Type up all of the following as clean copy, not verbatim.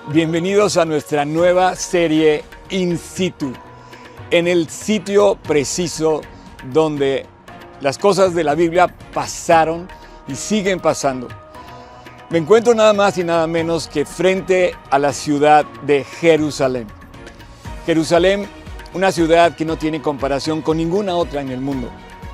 Bienvenidos a nuestra nueva serie In Situ, en el sitio preciso donde las cosas de la Biblia pasaron y siguen pasando. Me encuentro nada más y nada menos que frente a la ciudad de Jerusalén. Jerusalén, una ciudad que no tiene comparación con ninguna otra en el mundo.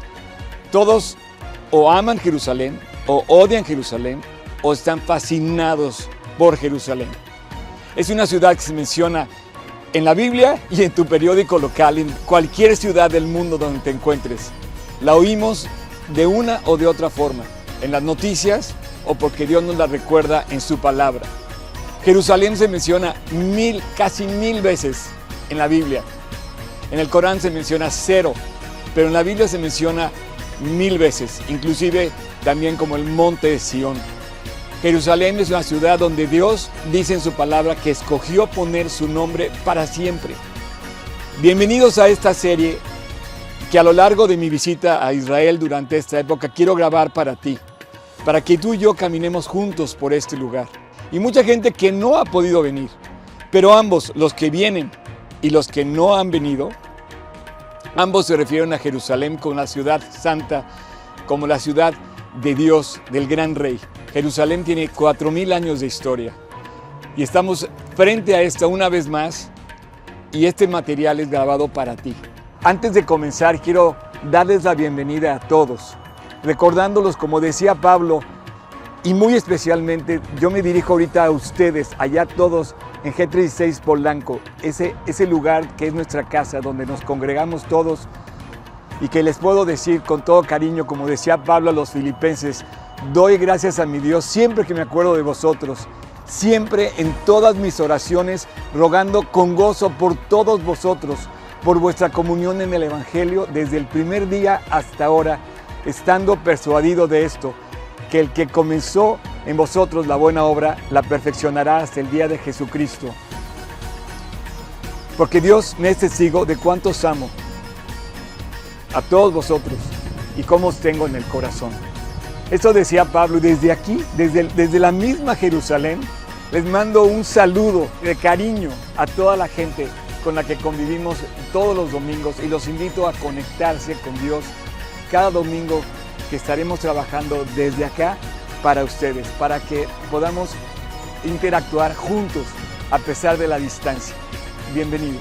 Todos o aman Jerusalén, o odian Jerusalén, o están fascinados por Jerusalén. Es una ciudad que se menciona en la Biblia y en tu periódico local, en cualquier ciudad del mundo donde te encuentres. La oímos de una o de otra forma, en las noticias o porque Dios nos la recuerda en su palabra. Jerusalén se menciona casi mil veces en la Biblia. En el Corán se menciona 0, pero en la Biblia se menciona 1000 veces, inclusive también como el monte de Sión. Jerusalén es una ciudad donde Dios dice en su palabra que escogió poner su nombre para siempre. Bienvenidos a esta serie que a lo largo de mi visita a Israel durante esta época quiero grabar para ti, para que tú y yo caminemos juntos por este lugar. Y mucha gente que no ha podido venir, pero ambos, los que vienen y los que no han venido, ambos se refieren a Jerusalén como la ciudad santa, como la ciudad de Dios, del gran rey. Jerusalén tiene 4000 años de historia y estamos frente a esta una vez más y este material es grabado para ti. Antes de comenzar quiero darles la bienvenida a todos, recordándolos como decía Pablo y muy especialmente yo me dirijo ahorita a ustedes, allá todos en G36 Polanco, ese lugar que es nuestra casa donde nos congregamos todos y que les puedo decir con todo cariño, como decía Pablo a los filipenses, doy gracias a mi Dios siempre que me acuerdo de vosotros, siempre en todas mis oraciones, rogando con gozo por todos vosotros, por vuestra comunión en el Evangelio desde el primer día hasta ahora, estando persuadido de esto, que el que comenzó en vosotros la buena obra, la perfeccionará hasta el día de Jesucristo. Porque Dios me es testigo de cuánto os amo, a todos vosotros, y cómo os tengo en el corazón. Esto decía Pablo, y desde aquí, desde la misma Jerusalén, les mando un saludo de cariño a toda la gente con la que convivimos todos los domingos y los invito a conectarse con Dios cada domingo que estaremos trabajando desde acá para ustedes, para que podamos interactuar juntos a pesar de la distancia. Bienvenidos.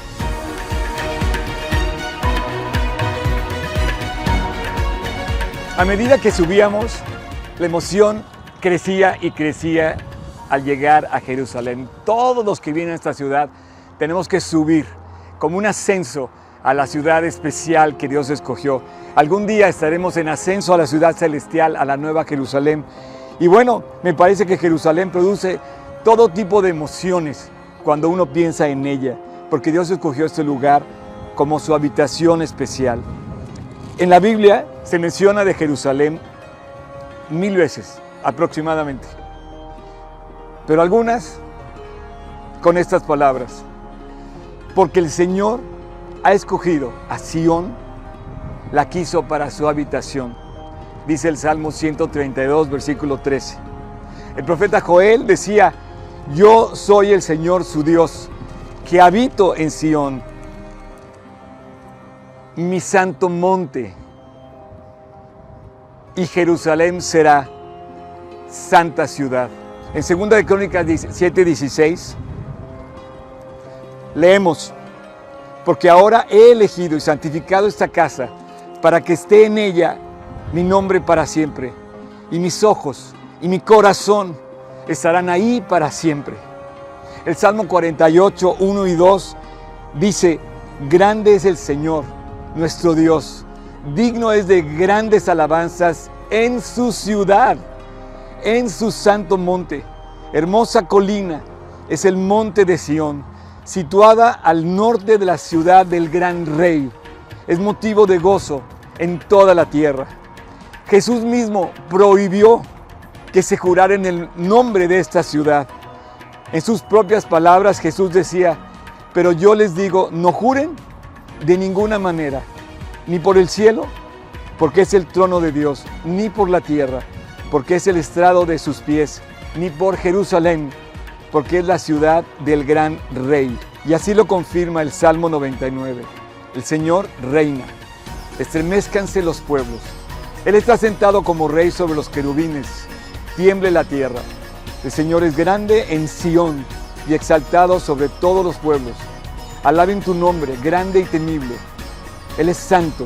A medida que subíamos, la emoción crecía y crecía al llegar a Jerusalén. Todos los que vienen a esta ciudad tenemos que subir como un ascenso a la ciudad especial que Dios escogió. Algún día estaremos en ascenso a la ciudad celestial, a la nueva Jerusalén. Y bueno, me parece que Jerusalén produce todo tipo de emociones cuando uno piensa en ella, porque Dios escogió este lugar como su habitación especial. En la Biblia se menciona de Jerusalén 1000 veces aproximadamente, pero algunas con estas palabras: porque el Señor ha escogido a Sión, la quiso para su habitación, dice el Salmo 132, versículo 13. El profeta Joel decía: yo soy el Señor su Dios, que habito en Sión, mi santo monte, y Jerusalén será santa ciudad. En 2 de Crónicas 7:16 leemos: porque ahora he elegido y santificado esta casa para que esté en ella mi nombre para siempre, y mis ojos y mi corazón estarán ahí para siempre. El Salmo 48, 1 y 2 dice: grande es el Señor, nuestro Dios, digno es de grandes alabanzas en su ciudad, en su santo monte. Hermosa colina es el monte de Sión, situada al norte de la ciudad del gran rey. Es motivo de gozo en toda la tierra. Jesús mismo prohibió que se jurara en el nombre de esta ciudad. En sus propias palabras Jesús decía: pero yo les digo, no juren de ninguna manera, ni por el cielo, porque es el trono de Dios, ni por la tierra, porque es el estrado de sus pies, ni por Jerusalén, porque es la ciudad del gran rey. Y así lo confirma el Salmo 99. El Señor reina. Estremézcanse los pueblos. Él está sentado como rey sobre los querubines. Tiemble la tierra. El Señor es grande en Sión y exaltado sobre todos los pueblos. Alaben tu nombre, grande y temible. Él es santo.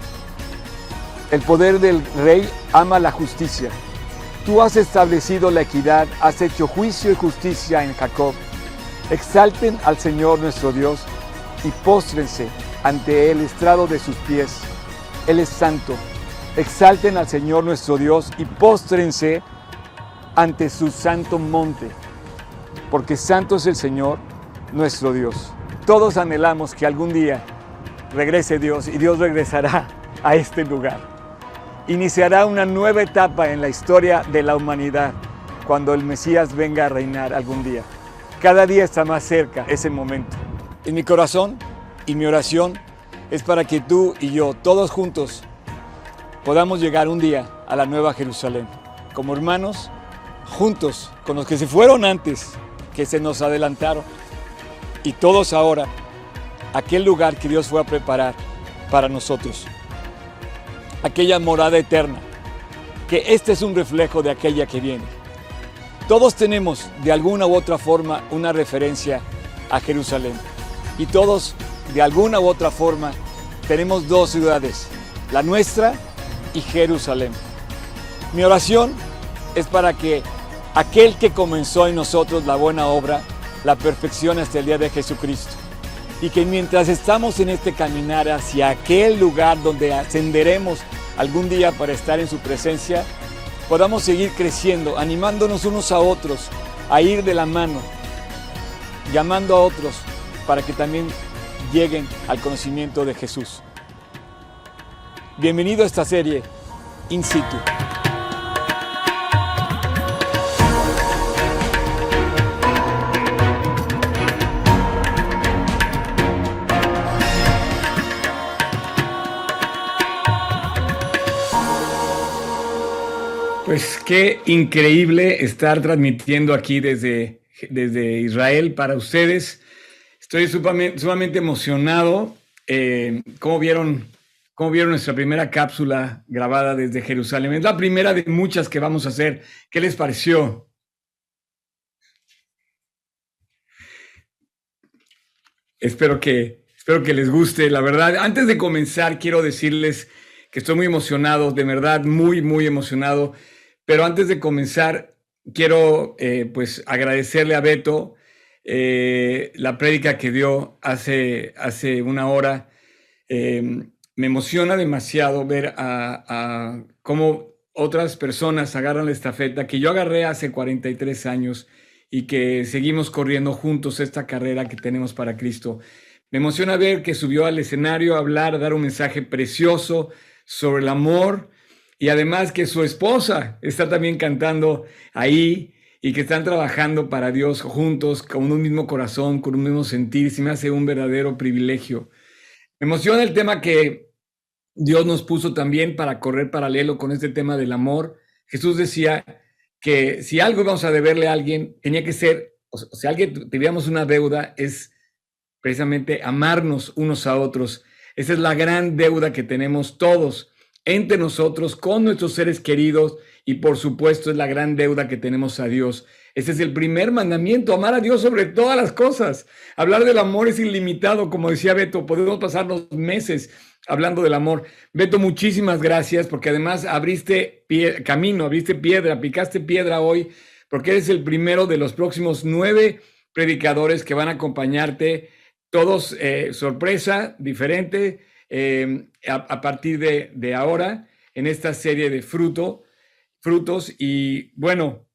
El poder del rey ama la justicia. Tú has establecido la equidad, has hecho juicio y justicia en Jacob. Exalten al Señor nuestro Dios y póstrense ante el estrado de sus pies. Él es santo. Exalten al Señor nuestro Dios y póstrense ante su santo monte, porque santo es el Señor nuestro Dios. Todos anhelamos que algún día regrese Dios y Dios regresará a este lugar. Iniciará una nueva etapa en la historia de la humanidad cuando el Mesías venga a reinar algún día. Cada día está más cerca ese momento. En mi corazón y mi oración es para que tú y yo, todos juntos, podamos llegar un día a la Nueva Jerusalén, como hermanos, juntos con los que se fueron antes, que se nos adelantaron, y todos ahora, aquel lugar que Dios fue a preparar para nosotros. Aquella morada eterna, que este es un reflejo de aquella que viene. Todos tenemos de alguna u otra forma una referencia a Jerusalén y todos de alguna u otra forma tenemos dos ciudades, la nuestra y Jerusalén. Mi oración es para que aquel que comenzó en nosotros la buena obra la perfeccione hasta el día de Jesucristo. Y que mientras estamos en este caminar hacia aquel lugar donde ascenderemos algún día para estar en su presencia, podamos seguir creciendo, animándonos unos a otros a ir de la mano, llamando a otros para que también lleguen al conocimiento de Jesús. Bienvenido a esta serie In Situ. Pues qué increíble estar transmitiendo aquí desde Israel para ustedes. Estoy sumamente emocionado. ¿Cómo vieron nuestra primera cápsula grabada desde Jerusalén? Es la primera de muchas que vamos a hacer. ¿Qué les pareció? Espero que les guste. La verdad, antes de comenzar, quiero decirles que estoy muy emocionado, de verdad, muy, muy emocionado. Pero antes de comenzar, quiero pues agradecerle a Beto la prédica que dio hace una hora. Me emociona demasiado ver a cómo otras personas agarran la estafeta que yo agarré hace 43 años y que seguimos corriendo juntos esta carrera que tenemos para Cristo. Me emociona ver que subió al escenario a hablar, a dar un mensaje precioso sobre el amor, y además que su esposa está también cantando ahí y que están trabajando para Dios juntos con un mismo corazón, con un mismo sentir. Se me hace un verdadero privilegio. Me emociona el tema que Dios nos puso también para correr paralelo con este tema del amor. Jesús decía que si algo íbamos a deberle a alguien, tenía que ser, o sea, alguien tuviéramos una deuda, es precisamente amarnos unos a otros. Esa es la gran deuda que tenemos todos entre nosotros, con nuestros seres queridos, y por supuesto es la gran deuda que tenemos a Dios. Ese es el primer mandamiento, amar a Dios sobre todas las cosas. Hablar del amor es ilimitado, como decía Beto, podemos pasarnos meses hablando del amor. Beto, muchísimas gracias, porque además abriste camino, abriste piedra, picaste piedra hoy, porque eres el primero de los próximos 9 predicadores que van a acompañarte, todos sorpresa, diferente, a partir de ahora en esta serie de frutos. Y bueno,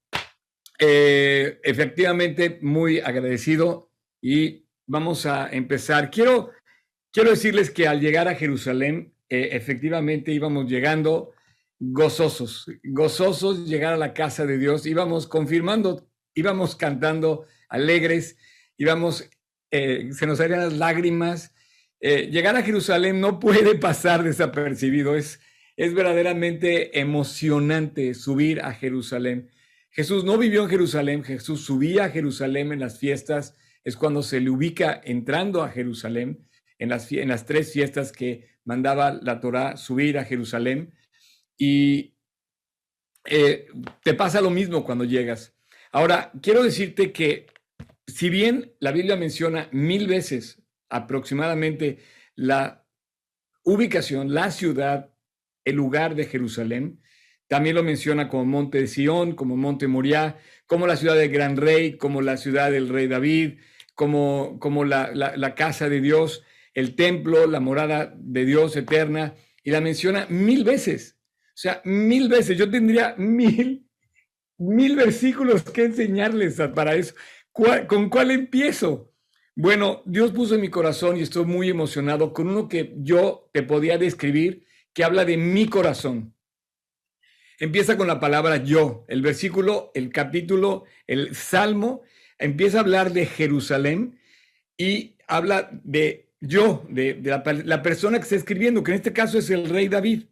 efectivamente muy agradecido, y vamos a empezar. Quiero decirles que al llegar a Jerusalén, efectivamente íbamos llegando gozosos, llegar a la casa de Dios, íbamos confirmando, íbamos cantando alegres, íbamos, se nos salían las lágrimas. Llegar a Jerusalén no puede pasar desapercibido. Es verdaderamente emocionante subir a Jerusalén. Jesús no vivió en Jerusalén, Jesús subía a Jerusalén en las fiestas, es cuando se le ubica entrando a Jerusalén, en las tres fiestas que mandaba la Torá subir a Jerusalén. Y te pasa lo mismo cuando llegas. Ahora, quiero decirte que si bien la Biblia menciona 1000 veces aproximadamente la ubicación, la ciudad, el lugar de Jerusalén, también lo menciona como Monte de Sión, como Monte Moriah, como la ciudad del Gran Rey, como la ciudad del Rey David, como la casa de Dios, el templo, la morada de Dios eterna, y la menciona 1000 veces. O sea, 1000 veces. Yo tendría mil versículos que enseñarles para eso. ¿Con cuál empiezo? Bueno, Dios puso en mi corazón y estoy muy emocionado con uno que yo te podía describir, que habla de mi corazón. Empieza con la palabra yo. El versículo, el capítulo, el salmo, empieza a hablar de Jerusalén y habla de yo, de la persona que está escribiendo, que en este caso es el rey David.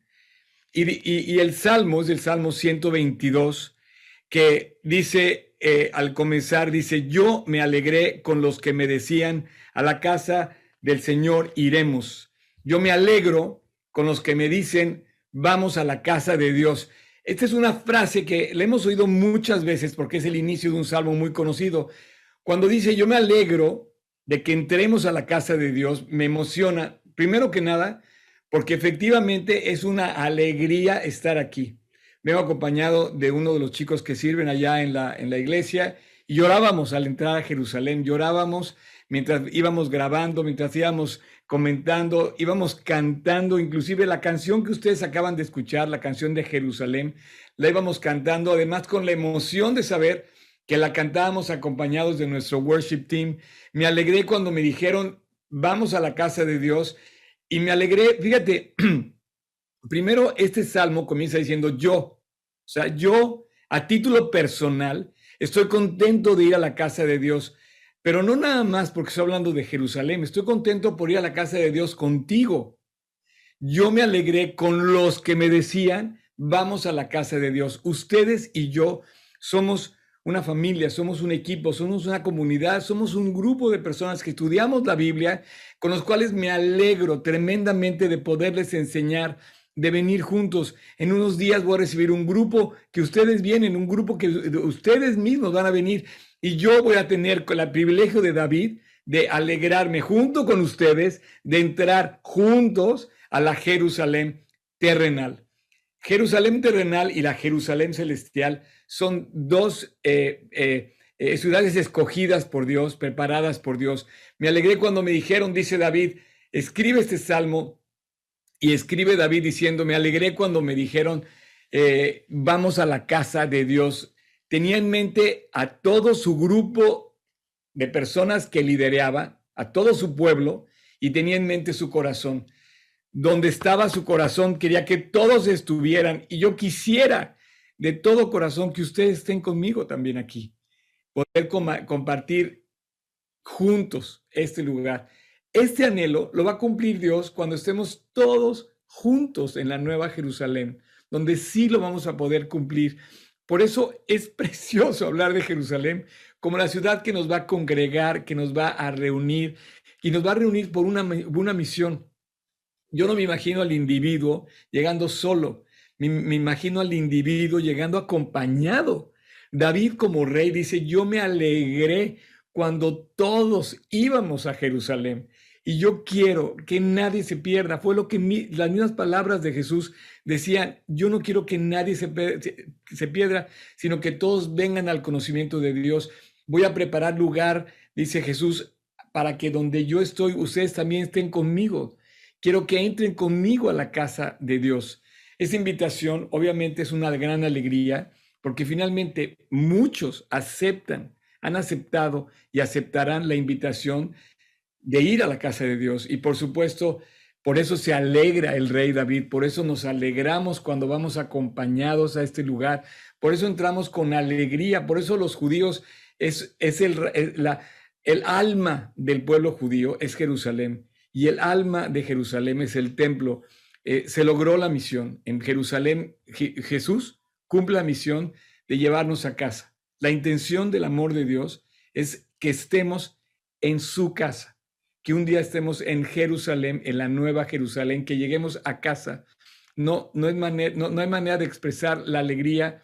Y el salmo es el Salmo 122, que dice, al comenzar, dice, yo me alegré con los que me decían, a la casa del Señor iremos. Yo me alegro con los que me dicen, vamos a la casa de Dios. Esta es una frase que le hemos oído muchas veces porque es el inicio de un salmo muy conocido. Cuando dice, yo me alegro de que entremos a la casa de Dios, me emociona, primero que nada, porque efectivamente es una alegría estar aquí. Vengo acompañado de uno de los chicos que sirven allá en la iglesia y llorábamos al entrar a Jerusalén, llorábamos mientras íbamos grabando, mientras íbamos comentando, íbamos cantando, inclusive la canción que ustedes acaban de escuchar, la canción de Jerusalén, la íbamos cantando, además con la emoción de saber que la cantábamos acompañados de nuestro worship team. Me alegré cuando me dijeron, vamos a la casa de Dios, y me alegré, fíjate, primero este salmo comienza diciendo yo, o sea, yo a título personal estoy contento de ir a la casa de Dios, pero no nada más porque estoy hablando de Jerusalén, estoy contento por ir a la casa de Dios contigo. Yo me alegré con los que me decían, vamos a la casa de Dios. Ustedes y yo somos una familia, somos un equipo, somos una comunidad, somos un grupo de personas que estudiamos la Biblia, con los cuales me alegro tremendamente de poderles enseñar, de venir juntos. En unos días voy a recibir un grupo que ustedes vienen, un grupo que ustedes mismos van a venir, y yo voy a tener el privilegio de David de alegrarme junto con ustedes, de entrar juntos a la Jerusalén terrenal. Jerusalén terrenal y la Jerusalén celestial son dos ciudades escogidas por Dios, preparadas por Dios. Me alegré cuando me dijeron, dice David, escribe este salmo, y escribe David diciendo, me alegré cuando me dijeron, vamos a la casa de Dios. Tenía en mente a todo su grupo de personas que lideraba, a todo su pueblo, y tenía en mente su corazón. Donde estaba su corazón, quería que todos estuvieran, y yo quisiera de todo corazón que ustedes estén conmigo también aquí, poder compartir juntos este lugar. Este anhelo lo va a cumplir Dios cuando estemos todos juntos en la Nueva Jerusalén, donde sí lo vamos a poder cumplir. Por eso es precioso hablar de Jerusalén como la ciudad que nos va a congregar, que nos va a reunir, y nos va a reunir por una misión. Yo no me imagino al individuo llegando solo, me imagino al individuo llegando acompañado. David como rey dice, yo me alegré cuando todos íbamos a Jerusalén. Y yo quiero que nadie se pierda. Fue lo que las mismas palabras de Jesús decían, yo no quiero que nadie se pierda, sino que todos vengan al conocimiento de Dios. Voy a preparar lugar, dice Jesús, para que donde yo estoy, ustedes también estén conmigo. Quiero que entren conmigo a la casa de Dios. Esa invitación obviamente es una gran alegría porque finalmente muchos han aceptado y aceptarán la invitación de ir a la casa de Dios. Y por supuesto, por eso se alegra el rey David, por eso nos alegramos cuando vamos acompañados a este lugar, por eso entramos con alegría, por eso los judíos es el alma del pueblo judío, es Jerusalén. Y el alma de Jerusalén es el templo. Se logró la misión. En Jerusalén, Jesús cumple la misión de llevarnos a casa. La intención del amor de Dios es que estemos en su casa, que un día estemos en Jerusalén, en la nueva Jerusalén, que lleguemos a casa. No hay manera de expresar la alegría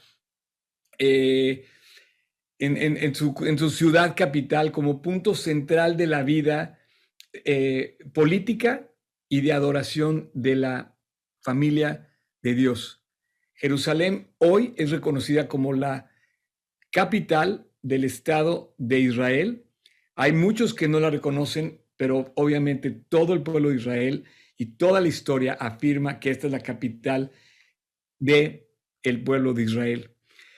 en su ciudad capital como punto central de la vida política y de adoración de la familia de Dios. Jerusalén hoy es reconocida como la capital del Estado de Israel. Hay muchos que no la reconocen, pero obviamente todo el pueblo de Israel y toda la historia afirma que esta es la capital del pueblo de Israel.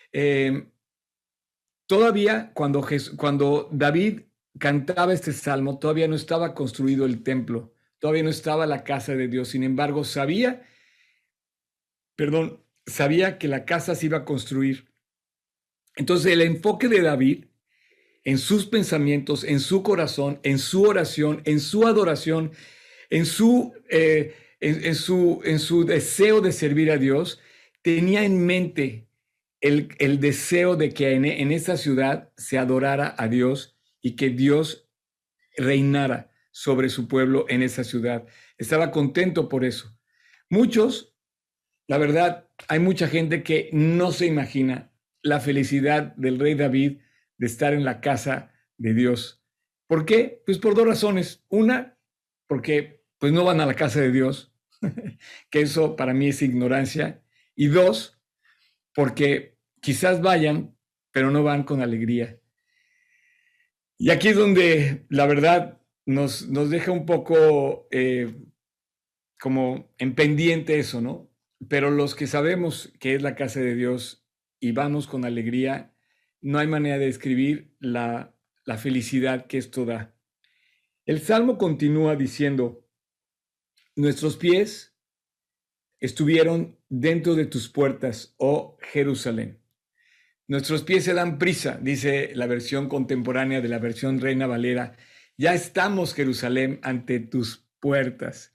Todavía cuando David cantaba este salmo, todavía no estaba construido el templo, todavía no estaba la casa de Dios. Sin embargo, sabía que la casa se iba a construir. Entonces, el enfoque de David en sus pensamientos, en su corazón, en su oración, en su adoración, en su deseo de servir a Dios, tenía en mente el deseo de que en esa ciudad se adorara a Dios y que Dios reinara sobre su pueblo en esa ciudad. Estaba contento por eso. Muchos, la verdad, hay mucha gente que no se imagina la felicidad del rey David de estar en la casa de Dios. ¿Por qué? Pues por dos razones. Una, porque pues no van a la casa de Dios, que eso para mí es ignorancia. Y dos, porque quizás vayan, pero no van con alegría. Y aquí es donde la verdad nos deja un poco como en pendiente eso, ¿no? Pero los que sabemos que es la casa de Dios y vamos con alegría, no hay manera de describir la felicidad que esto da. El Salmo continúa diciendo, nuestros pies estuvieron dentro de tus puertas, oh Jerusalén. Nuestros pies se dan prisa, dice la versión contemporánea de la versión Reina Valera. Ya estamos, Jerusalén, ante tus puertas.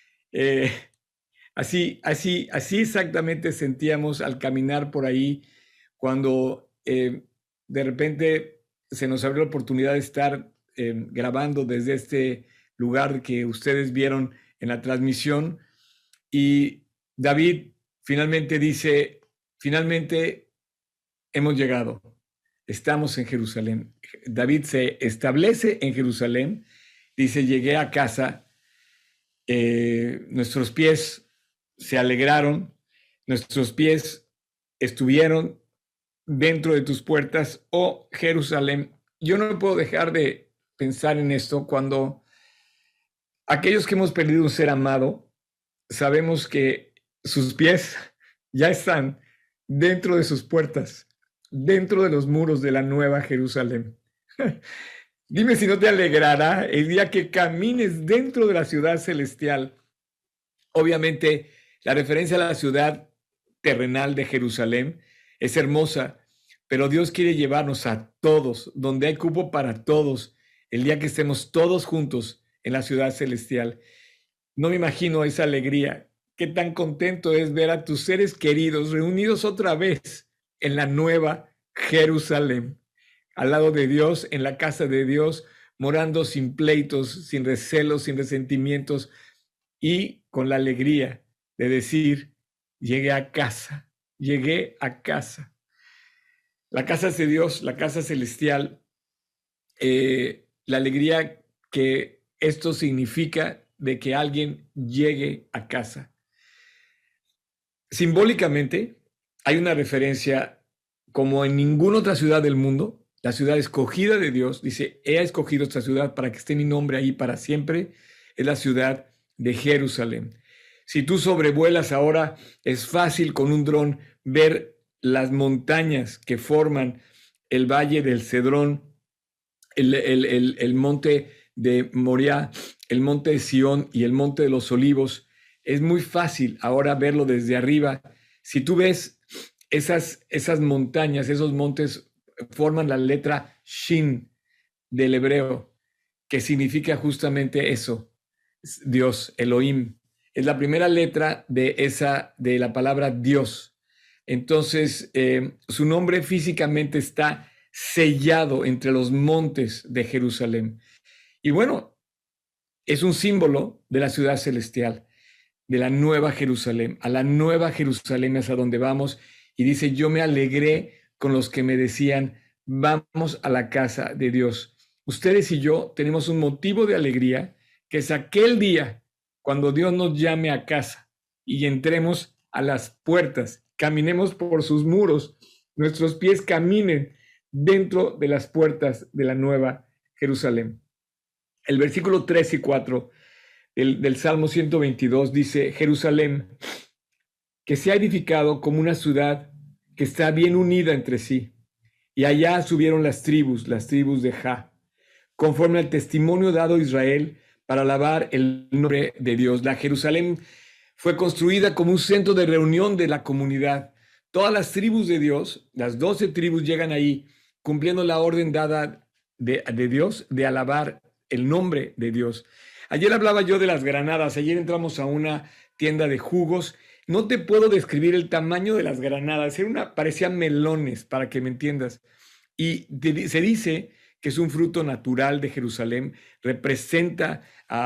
Así exactamente sentíamos al caminar por ahí cuando de repente se nos abrió la oportunidad de estar grabando desde este lugar que ustedes vieron en la transmisión. Y David finalmente dice, finalmente hemos llegado, estamos en Jerusalén. David se establece en Jerusalén, dice, llegué a casa, nuestros pies se alegraron, nuestros pies estuvieron dentro de tus puertas, oh Jerusalén. Yo no puedo dejar de pensar en esto cuando aquellos que hemos perdido un ser amado, sabemos que sus pies ya están dentro de sus puertas, dentro de los muros de la nueva Jerusalén. Dime si no te alegrará el día que camines dentro de la ciudad celestial. Obviamente, la referencia a la ciudad terrenal de Jerusalén es hermosa, pero Dios quiere llevarnos a todos, donde hay cupo para todos, el día que estemos todos juntos en la ciudad celestial. No me imagino esa alegría. Qué tan contento es ver a tus seres queridos reunidos otra vez en la nueva Jerusalén, al lado de Dios, en la casa de Dios, morando sin pleitos, sin recelos, sin resentimientos y con la alegría de decir, llegué a casa, llegué a casa. La casa de Dios, la casa celestial, la alegría que esto significa de que alguien llegue a casa. Simbólicamente, hay una referencia como en ninguna otra ciudad del mundo, la ciudad escogida de Dios, dice, he escogido esta ciudad para que esté mi nombre ahí para siempre, es la ciudad de Jerusalén. Si tú sobrevuelas ahora, es fácil con un dron ver las montañas que forman el valle del Cedrón, el monte de Moriah, el monte de Sión y el monte de los Olivos. Es muy fácil ahora verlo desde arriba. Si tú ves esas montañas, esos montes forman la letra Shin del hebreo, que significa justamente eso, Dios, Elohim. Es la primera letra de la palabra Dios. Entonces, su nombre físicamente está sellado entre los montes de Jerusalén. Y bueno, es un símbolo de la ciudad celestial, de la nueva Jerusalén. A la nueva Jerusalén es a donde vamos. Y dice, yo me alegré con los que me decían, vamos a la casa de Dios. Ustedes y yo tenemos un motivo de alegría, que es aquel día cuando Dios nos llame a casa y entremos a las puertas, caminemos por sus muros, nuestros pies caminen dentro de las puertas de la nueva Jerusalén. El versículo 3 y 4 del Salmo 122 dice, Jerusalén, que se ha edificado como una ciudad que está bien unida entre sí. Y allá subieron las tribus de Ja, conforme al testimonio dado a Israel para alabar el nombre de Dios. La Jerusalén fue construida como un centro de reunión de la comunidad. Todas las tribus de Dios, las 12 tribus llegan ahí, cumpliendo la orden dada de Dios de alabar el nombre de Dios. Ayer hablaba yo de las granadas. Ayer entramos a una tienda de jugos. No te puedo describir el tamaño de las granadas. Parecían melones, para que me entiendas. Y se dice que es un fruto natural de Jerusalén, representa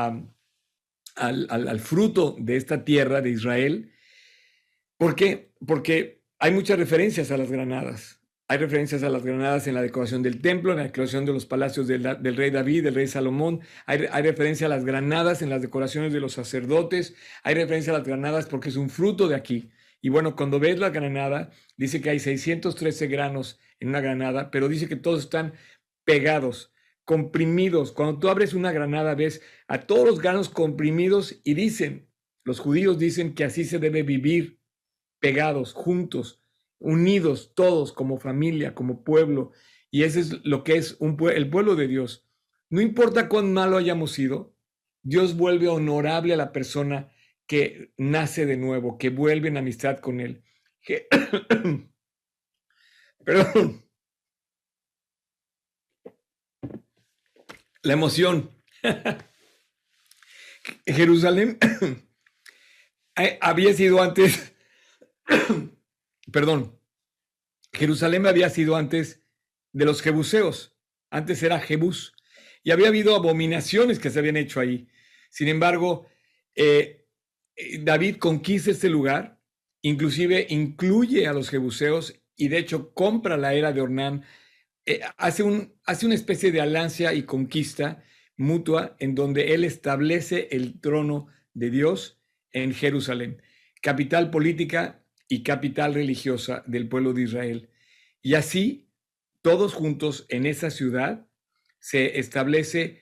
al fruto de esta tierra de Israel. ¿Por qué? Porque hay muchas referencias a las granadas. Hay referencias a las granadas en la decoración del templo, en la decoración de los palacios del rey David, del rey Salomón. Hay referencia a las granadas en las decoraciones de los sacerdotes. Hay referencia a las granadas porque es un fruto de aquí. Y bueno, cuando ves la granada, dice que hay 613 granos en una granada, pero dice que todos están pegados, comprimidos. Cuando tú abres una granada, ves a todos los granos comprimidos y los judíos dicen que así se debe vivir, pegados, juntos, unidos, todos como familia, como pueblo. Y eso es lo que es el pueblo de Dios. No importa cuán malo hayamos sido, Dios vuelve honorable a la persona que nace de nuevo, que vuelve en amistad con Él. Perdón. La emoción. Jerusalén había sido antes, perdón, Jerusalén había sido antes de los jebuseos. Antes era Jebús. Y había habido abominaciones que se habían hecho ahí. Sin embargo, David conquista este lugar, inclusive incluye a los jebuseos y de hecho compra la era de Ornán. Hace una especie de alianza y conquista mutua en donde él establece el trono de Dios en Jerusalén, capital política y capital religiosa del pueblo de Israel. Y así, todos juntos en esa ciudad, se establece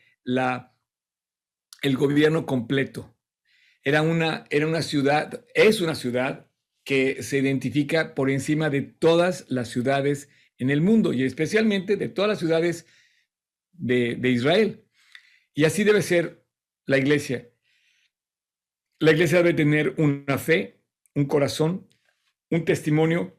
el gobierno completo. Era una ciudad, es una ciudad que se identifica por encima de todas las ciudades en el mundo y especialmente de todas las ciudades de Israel. Y así debe ser la iglesia. La iglesia debe tener una fe, un corazón, un testimonio,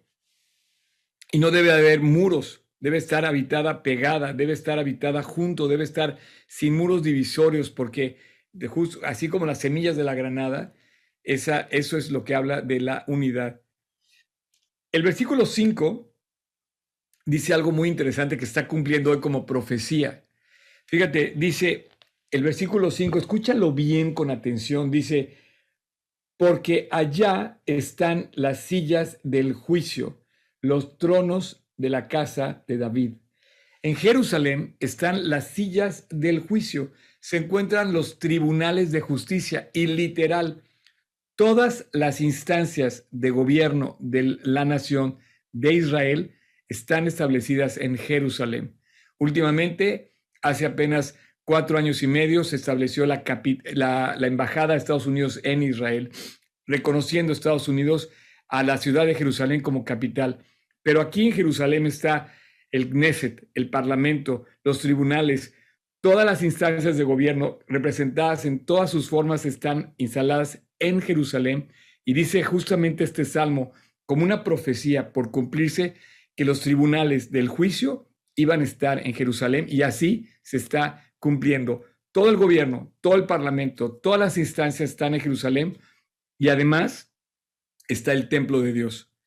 y no debe haber muros. Debe estar habitada pegada, debe estar habitada junto, debe estar sin muros divisorios, porque así como las semillas de la granada, eso es lo que habla de la unidad. El versículo 5 dice algo muy interesante que está cumpliendo hoy como profecía. Fíjate, dice el versículo 5, escúchalo bien con atención, dice, porque allá están las sillas del juicio, los tronos de la casa de David. En Jerusalén están las sillas del juicio, se encuentran los tribunales de justicia y literal, todas las instancias de gobierno de la nación de Israel están establecidas en Jerusalén. Últimamente, hace apenas 4 años y medio, se estableció la embajada de Estados Unidos en Israel, reconociendo Estados Unidos a la ciudad de Jerusalén como capital. Pero aquí en Jerusalén está el Knesset, el Parlamento, los tribunales, todas las instancias de gobierno representadas en todas sus formas están instaladas en Jerusalén. Y dice justamente este salmo, como una profecía por cumplirse, que los tribunales del juicio iban a estar en Jerusalén, y así se está cumpliendo. Todo el gobierno, todo el parlamento, todas las instancias están en Jerusalén, y además está el templo de Dios.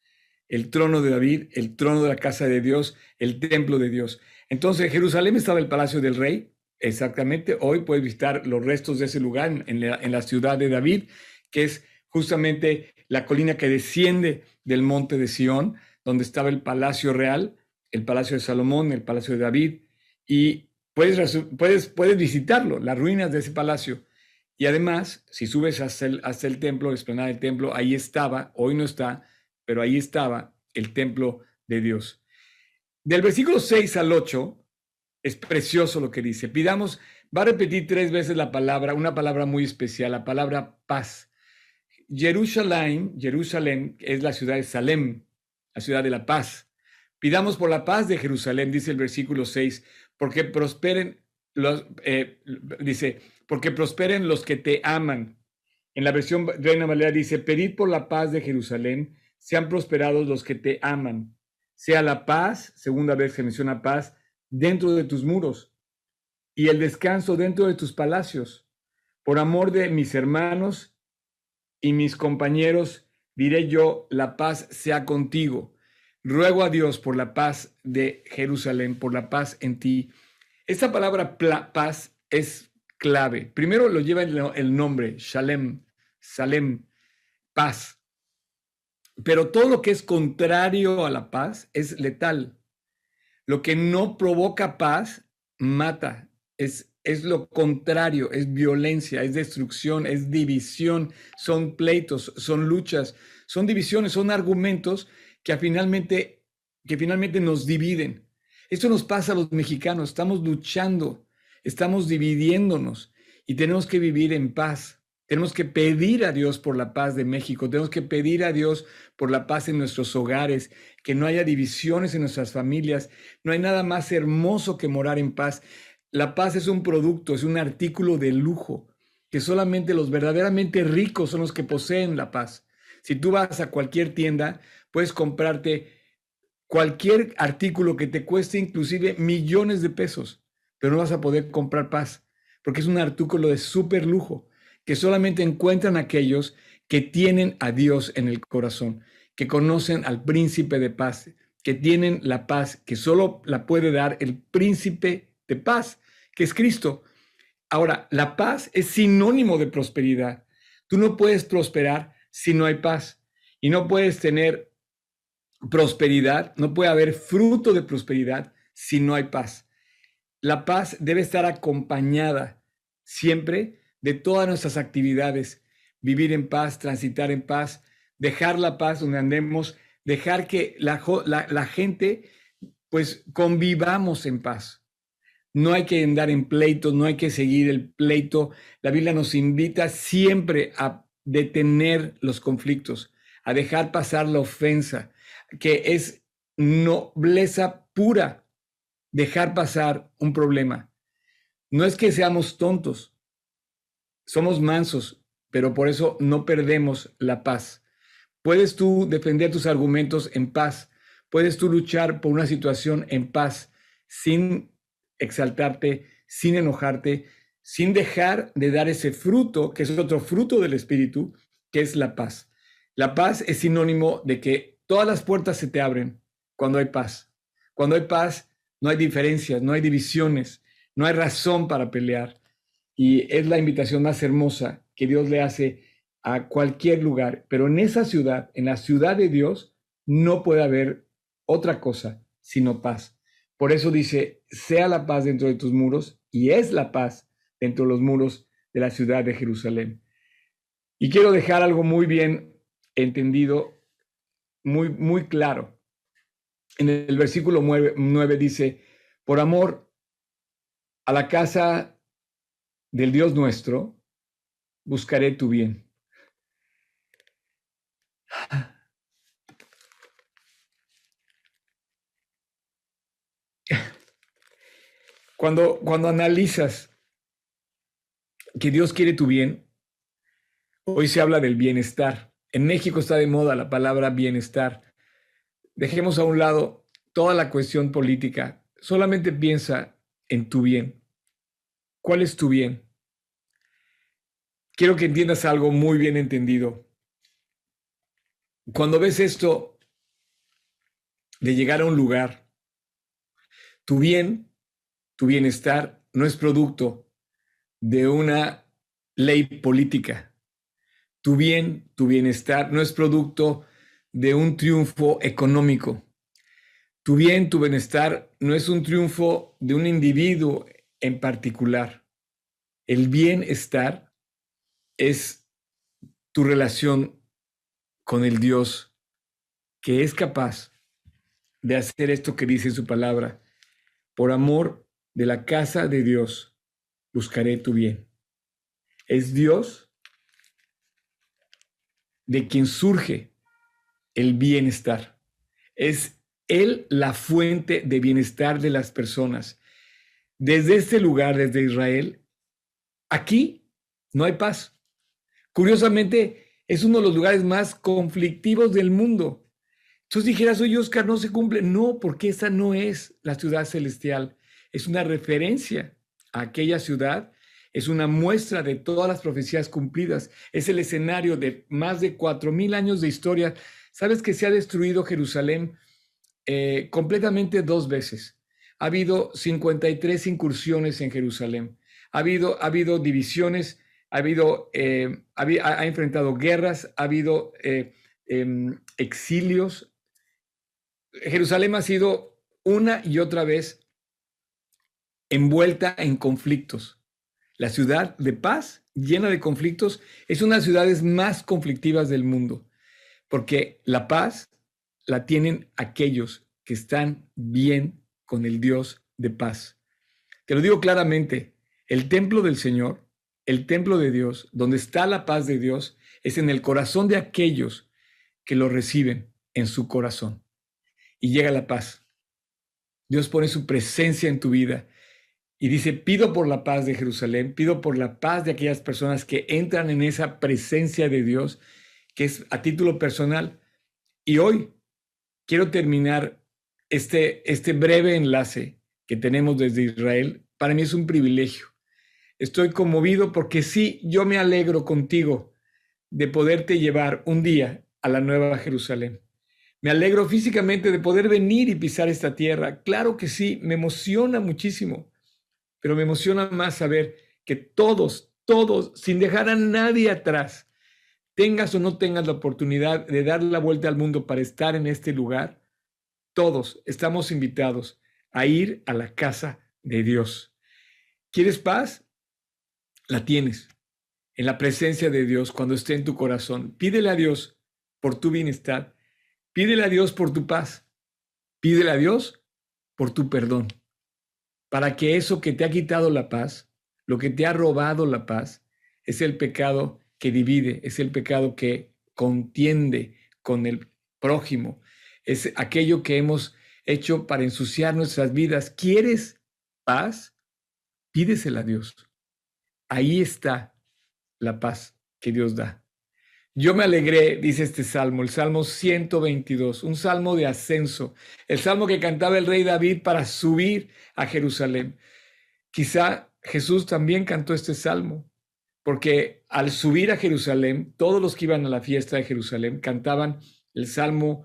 el trono de David, el trono de la casa de Dios, el templo de Dios. Entonces, en Jerusalén estaba el palacio del rey, exactamente. Hoy puedes visitar los restos de ese lugar en la ciudad de David, que es justamente la colina que desciende del monte de Sión, donde estaba el palacio real, el palacio de Salomón, el palacio de David, y puedes visitarlo, las ruinas de ese palacio. Y además, si subes hasta el templo, la explanada del templo, ahí estaba, hoy no está, pero ahí estaba el templo de Dios. Del versículo 6 al 8, es precioso lo que dice. Pidamos, va a repetir 3 veces la palabra, una palabra muy especial, la palabra paz. Jerusalén es la ciudad de Salem, la ciudad de la paz. Pidamos por la paz de Jerusalén, dice el versículo 6, porque prosperen porque prosperen los que te aman. En la versión Reina Valera dice, pedid por la paz de Jerusalén, sean prosperados los que te aman. Sea la paz, segunda vez que menciona paz, dentro de tus muros y el descanso dentro de tus palacios. Por amor de mis hermanos y mis compañeros, diré yo, la paz sea contigo. Ruego a Dios por la paz de Jerusalén, por la paz en ti. Esta palabra paz es clave. Primero lo lleva el nombre, Shalem, Salem, paz. Pero todo lo que es contrario a la paz es letal. Lo que no provoca paz, mata. Es lo contrario, es violencia, es destrucción, es división, son pleitos, son luchas, son divisiones, son argumentos que finalmente nos dividen. Esto nos pasa a los mexicanos, estamos luchando, estamos dividiéndonos y tenemos que vivir en paz. Tenemos que pedir a Dios por la paz de México, tenemos que pedir a Dios por la paz en nuestros hogares, que no haya divisiones en nuestras familias. No hay nada más hermoso que morar en paz. La paz es un producto, es un artículo de lujo, que solamente los verdaderamente ricos son los que poseen la paz. Si tú vas a cualquier tienda, puedes comprarte cualquier artículo que te cueste inclusive millones de pesos, pero no vas a poder comprar paz, porque es un artículo de súper lujo, que solamente encuentran aquellos que tienen a Dios en el corazón, que conocen al príncipe de paz, que tienen la paz, que solo la puede dar el príncipe de paz, que es Cristo. Ahora, la paz es sinónimo de prosperidad. Tú no puedes prosperar si no hay paz, y no puedes tener prosperidad, no puede haber fruto de prosperidad si no hay paz. La paz debe estar acompañada siempre de todas nuestras actividades, vivir en paz, transitar en paz, dejar la paz donde andemos, dejar que la gente pues convivamos en paz. No hay que andar en pleitos, no hay que seguir el pleito. La Biblia nos invita siempre a detener los conflictos, a dejar pasar la ofensa, que es nobleza pura, dejar pasar un problema. No es que seamos tontos, somos mansos, pero por eso no perdemos la paz. Puedes tú defender tus argumentos en paz, puedes tú luchar por una situación en paz, sin exaltarte, sin enojarte, sin dejar de dar ese fruto, que es otro fruto del Espíritu, que es la paz. La paz es sinónimo de que todas las puertas se te abren cuando hay paz. Cuando hay paz, no hay diferencias, no hay divisiones, no hay razón para pelear. Y es la invitación más hermosa que Dios le hace a cualquier lugar. Pero en esa ciudad, en la ciudad de Dios, no puede haber otra cosa sino paz. Por eso dice, sea la paz dentro de tus muros, y es la paz dentro de los muros de la ciudad de Jerusalén. Y quiero dejar algo muy bien entendido, muy claro. En el versículo 9 dice, por amor a la casa del Dios nuestro, buscaré tu bien. Cuando analizas que Dios quiere tu bien, hoy se habla del bienestar. En México está de moda la palabra bienestar. Dejemos a un lado toda la cuestión política. Solamente piensa en tu bien. ¿Cuál es tu bien? Quiero que entiendas algo muy bien entendido. Cuando ves esto, de llegar a un lugar. Tu bien, tu bienestar no es producto de una ley política. Tu bien, tu bienestar no es producto de un triunfo económico. Tu bien, tu bienestar no es un triunfo de un individuo en particular. El bienestar es tu relación con el Dios que es capaz de hacer esto que dice su palabra. Por amor de la casa de Dios, buscaré tu bien. Es Dios de quien surge el bienestar. Es Él la fuente de bienestar de las personas. Desde este lugar, desde Israel, aquí no hay paz. Curiosamente, es uno de los lugares más conflictivos del mundo. Entonces dijeras, oye, Oscar, no se cumple. No, porque esa no es la ciudad celestial. Es una referencia a aquella ciudad. Es una muestra de todas las profecías cumplidas. Es el escenario de más de 4,000 años de historia. ¿Sabes que se ha destruido Jerusalén completamente 2 veces? Ha habido 53 incursiones en Jerusalén. Ha habido divisiones, ha enfrentado guerras, ha habido exilios. Jerusalén ha sido una y otra vez envuelta en conflictos. La ciudad de paz, llena de conflictos, es una de las ciudades más conflictivas del mundo, porque la paz la tienen aquellos que están bien con el Dios de paz. Te lo digo claramente, el templo del Señor, el templo de Dios, donde está la paz de Dios, es en el corazón de aquellos que lo reciben en su corazón. Y llega la paz. Dios pone su presencia en tu vida y dice, pido por la paz de Jerusalén, pido por la paz de aquellas personas que entran en esa presencia de Dios, que es a título personal. Y hoy quiero terminar este breve enlace que tenemos desde Israel. Para mí es un privilegio. Estoy conmovido porque sí, yo me alegro contigo de poderte llevar un día a la Nueva Jerusalén. Me alegro físicamente de poder venir y pisar esta tierra. Claro que sí, me emociona muchísimo, pero me emociona más saber que todos, sin dejar a nadie atrás, tengas o no tengas la oportunidad de dar la vuelta al mundo para estar en este lugar, todos estamos invitados a ir a la casa de Dios. ¿Quieres paz? La tienes en la presencia de Dios cuando esté en tu corazón. Pídele a Dios por tu bienestar. Pídele a Dios por tu paz. Pídele a Dios por tu perdón. Para que eso que te ha quitado la paz, lo que te ha robado la paz, es el pecado que divide, es el pecado que contiende con el prójimo, es aquello que hemos hecho para ensuciar nuestras vidas. ¿Quieres paz? Pídesela a Dios. Ahí está la paz que Dios da. Yo me alegré, dice este salmo, el Salmo 122, un salmo de ascenso, el salmo que cantaba el rey David para subir a Jerusalén. Quizá Jesús también cantó este salmo, porque al subir a Jerusalén, todos los que iban a la fiesta de Jerusalén cantaban el salmo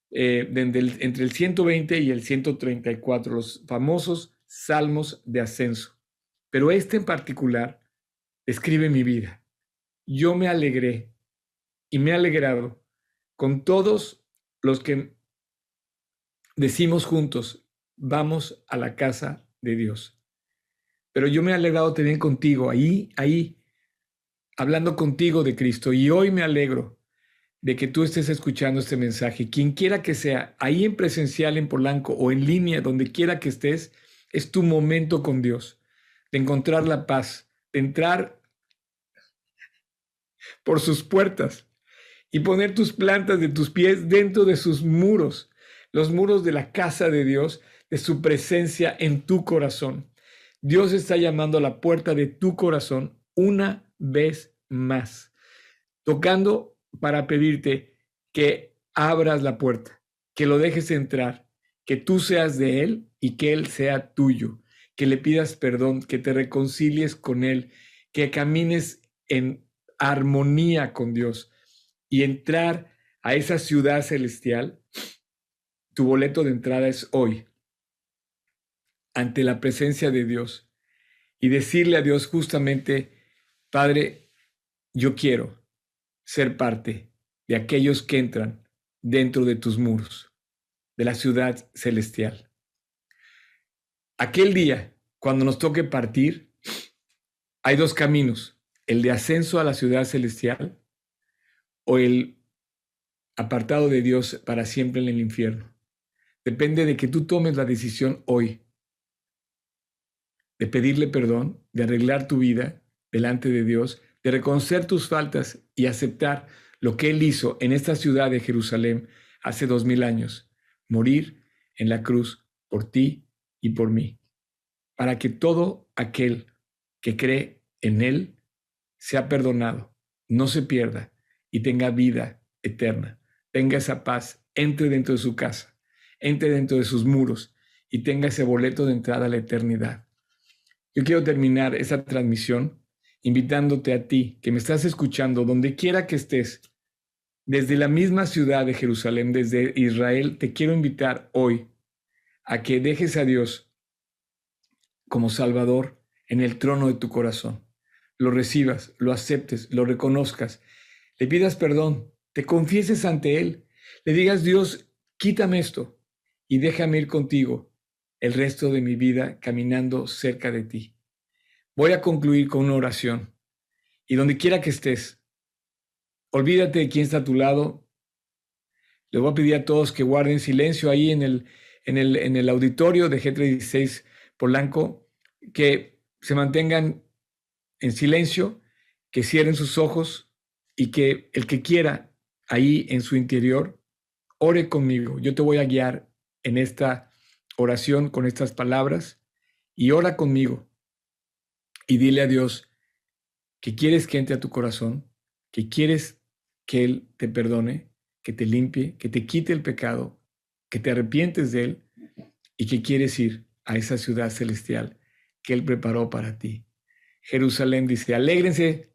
entre el 120 y el 134, los famosos salmos de ascenso. Pero este en particular describe mi vida. Yo me alegré y me he alegrado con todos los que decimos juntos, vamos a la casa de Dios. Pero yo me he alegrado también contigo, ahí, hablando contigo de Cristo. Y hoy me alegro de que tú estés escuchando este mensaje. Quien quiera que sea, ahí en presencial en Polanco o en línea, donde quiera que estés, es tu momento con Dios, de encontrar la paz, de entrar por sus puertas y poner tus plantas de tus pies dentro de sus muros, los muros de la casa de Dios, de su presencia en tu corazón. Dios está llamando a la puerta de tu corazón una vez más, tocando para pedirte que abras la puerta, que lo dejes entrar, que tú seas de Él y que Él sea tuyo, que le pidas perdón, que te reconcilies con Él, que camines en armonía con Dios y entrar a esa ciudad celestial. tu boleto de entrada es hoy, ante la presencia de Dios, y decirle a Dios justamente, Padre, yo quiero ser parte de aquellos que entran dentro de tus muros, de la ciudad celestial. Aquel día, cuando nos toque partir, hay dos caminos, el de ascenso a la ciudad celestial o el apartado de Dios para siempre en el infierno. Depende de que tú tomes la decisión hoy de pedirle perdón, de arreglar tu vida delante de Dios, de reconocer tus faltas y aceptar lo que Él hizo en esta ciudad de Jerusalén hace 2000 años, morir en la cruz por ti y por mí, para que todo aquel que cree en Él sea perdonado, no se pierda y tenga vida eterna, tenga esa paz, entre dentro de su casa, entre dentro de sus muros y tenga ese boleto de entrada a la eternidad. Yo quiero terminar esta transmisión invitándote a ti, que me estás escuchando, donde quiera que estés, desde la misma ciudad de Jerusalén, desde Israel, te quiero invitar hoy a que dejes a Dios como Salvador en el trono de tu corazón. Lo recibas, lo aceptes, lo reconozcas, le pidas perdón, te confieses ante Él, le digas, Dios, quítame esto y déjame ir contigo el resto de mi vida caminando cerca de ti. Voy a concluir con una oración y donde quiera que estés, olvídate de quién está a tu lado. Les voy a pedir a todos que guarden silencio ahí en el auditorio de G36 Polanco, que se mantengan en silencio, que cierren sus ojos y que el que quiera ahí en su interior, ore conmigo. Yo te voy a guiar en esta oración con estas palabras y ora conmigo y dile a Dios que quieres que entre a tu corazón, que quieres que Él te perdone, que te limpie, que te quite el pecado, que te arrepientes de Él y que quieres ir a esa ciudad celestial que Él preparó para ti. Jerusalén dice, alégrense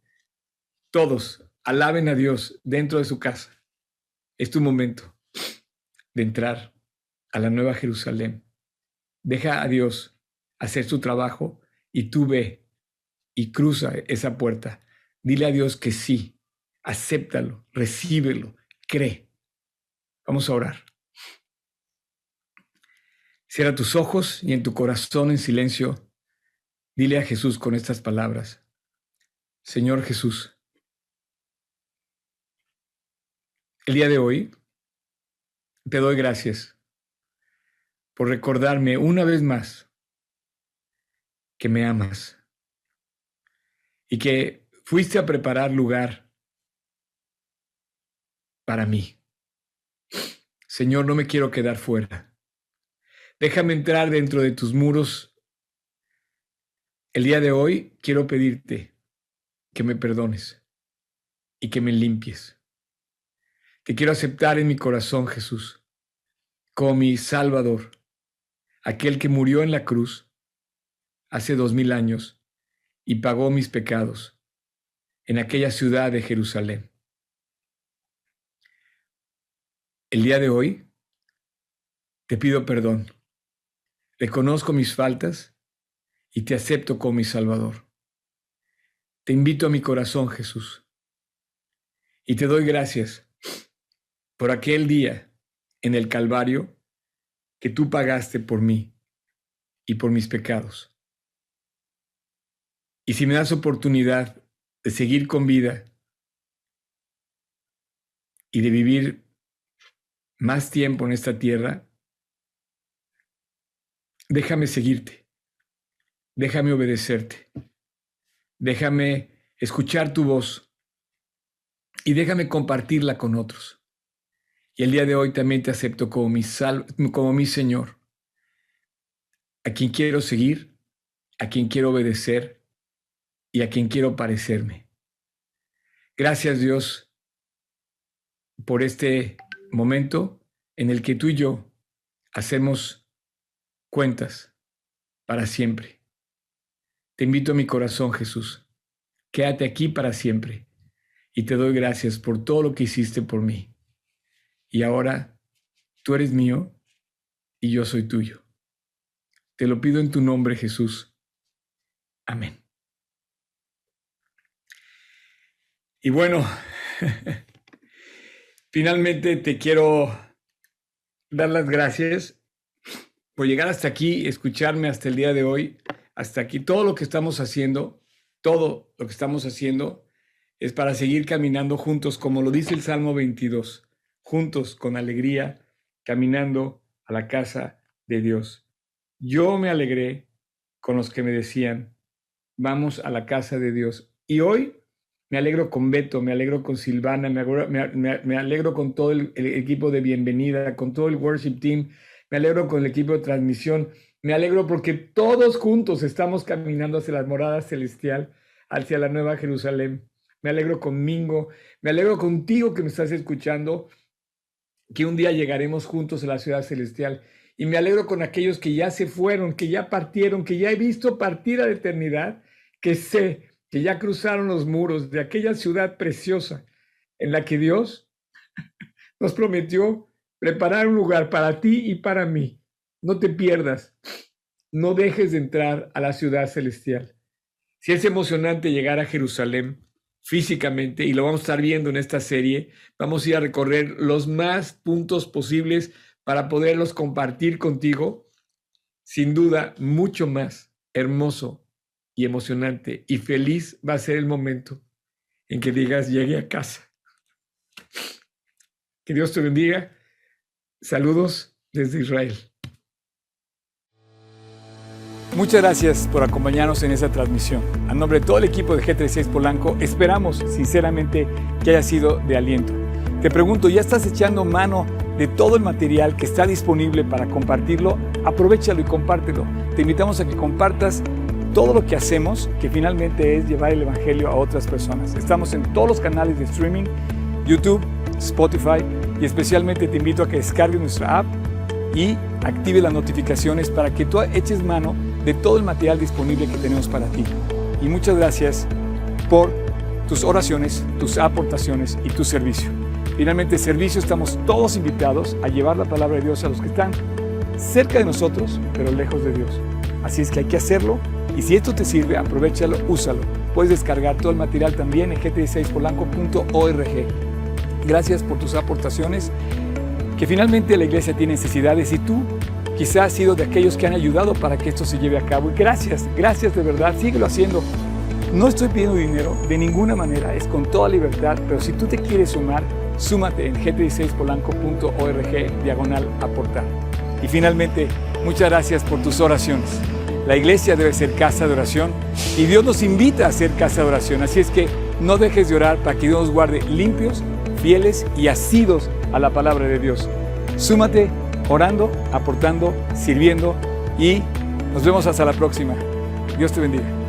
todos, alaben a Dios dentro de su casa. Es tu momento de entrar a la nueva Jerusalén. Deja a Dios hacer su trabajo y tú ve y cruza esa puerta. Dile a Dios que sí, acéptalo, recíbelo, cree. Vamos a orar. Cierra tus ojos y en tu corazón en silencio, dile a Jesús con estas palabras. Señor Jesús, el día de hoy te doy gracias por recordarme una vez más que me amas y que fuiste a preparar lugar para mí. Señor, no me quiero quedar fuera. Déjame entrar dentro de tus muros. El día de hoy quiero pedirte que me perdones y que me limpies. Te quiero aceptar en mi corazón, Jesús, como mi Salvador, aquel que murió en la cruz hace 2000 años y pagó mis pecados en aquella ciudad de Jerusalén. El día de hoy te pido perdón. Reconozco mis faltas y te acepto como mi Salvador. Te invito a mi corazón, Jesús, y te doy gracias por aquel día en el Calvario que tú pagaste por mí y por mis pecados. Y si me das oportunidad de seguir con vida y de vivir más tiempo en esta tierra, déjame seguirte, déjame obedecerte, déjame escuchar tu voz y déjame compartirla con otros. Y el día de hoy también te acepto como mi Señor, a quien quiero seguir, a quien quiero obedecer y a quien quiero parecerme. Gracias, Dios, por este momento en el que tú y yo hacemos cuentas para siempre. Te invito a mi corazón, Jesús. Quédate aquí para siempre y te doy gracias por todo lo que hiciste por mí. Y ahora tú eres mío y yo soy tuyo. Te lo pido en tu nombre, Jesús. Amén. Y bueno, finalmente te quiero dar las gracias por llegar hasta aquí, escucharme hasta el día de hoy, hasta aquí. Todo lo que estamos haciendo es para seguir caminando juntos, como lo dice el Salmo 22, juntos con alegría, caminando a la casa de Dios. Yo me alegré con los que me decían, vamos a la casa de Dios. Y hoy me alegro con Beto, me alegro con Silvana, me alegro con todo el equipo de bienvenida, con todo el worship team, me alegro con el equipo de transmisión, me alegro porque todos juntos estamos caminando hacia la morada celestial, hacia la nueva Jerusalén. Me alegro con Mingo, me alegro contigo que me estás escuchando, que un día llegaremos juntos a la ciudad celestial. Y me alegro con aquellos que ya se fueron, que ya partieron, que ya he visto partir a la eternidad, que sé que ya cruzaron los muros de aquella ciudad preciosa en la que Dios nos prometió preparar un lugar para ti y para mí. No te pierdas, no dejes de entrar a la ciudad celestial. Si es emocionante llegar a Jerusalén físicamente, y lo vamos a estar viendo en esta serie, vamos a ir a recorrer los más puntos posibles para poderlos compartir contigo. Sin duda, mucho más hermoso y emocionante y feliz va a ser el momento en que digas, llegué a casa. Que Dios te bendiga. Saludos desde Israel. Muchas gracias por acompañarnos en esta transmisión. A nombre de todo el equipo de G36 Polanco, esperamos sinceramente que haya sido de aliento. Te pregunto, ¿ya estás echando mano de todo el material que está disponible para compartirlo? Aprovéchalo y compártelo. Te invitamos a que compartas todo lo que hacemos, que finalmente es llevar el evangelio a otras personas. Estamos en todos los canales de streaming, YouTube, Spotify, y especialmente te invito a que descargues nuestra app y active las notificaciones para que tú eches mano de todo el material disponible que tenemos para ti. Y muchas gracias por tus oraciones, tus aportaciones y tu servicio. Finalmente, servicio, estamos todos invitados a llevar la palabra de Dios a los que están cerca de nosotros, pero lejos de Dios. Así es que hay que hacerlo, y si esto te sirve, aprovéchalo, úsalo. Puedes descargar todo el material también en g36polanco.org. Gracias por tus aportaciones, que finalmente la iglesia tiene necesidades y tú quizás has sido de aquellos que han ayudado para que esto se lleve a cabo. Y gracias de verdad, síguelo haciendo. No estoy pidiendo dinero de ninguna manera, es con toda libertad, pero si tú te quieres sumar, súmate en g36polanco.org/aportar. Y finalmente, muchas gracias por tus oraciones. La iglesia debe ser casa de oración y Dios nos invita a ser casa de oración. Así es que no dejes de orar para que Dios nos guarde limpios, fieles y asidos a la palabra de Dios. Súmate orando, aportando, sirviendo y nos vemos hasta la próxima. Dios te bendiga.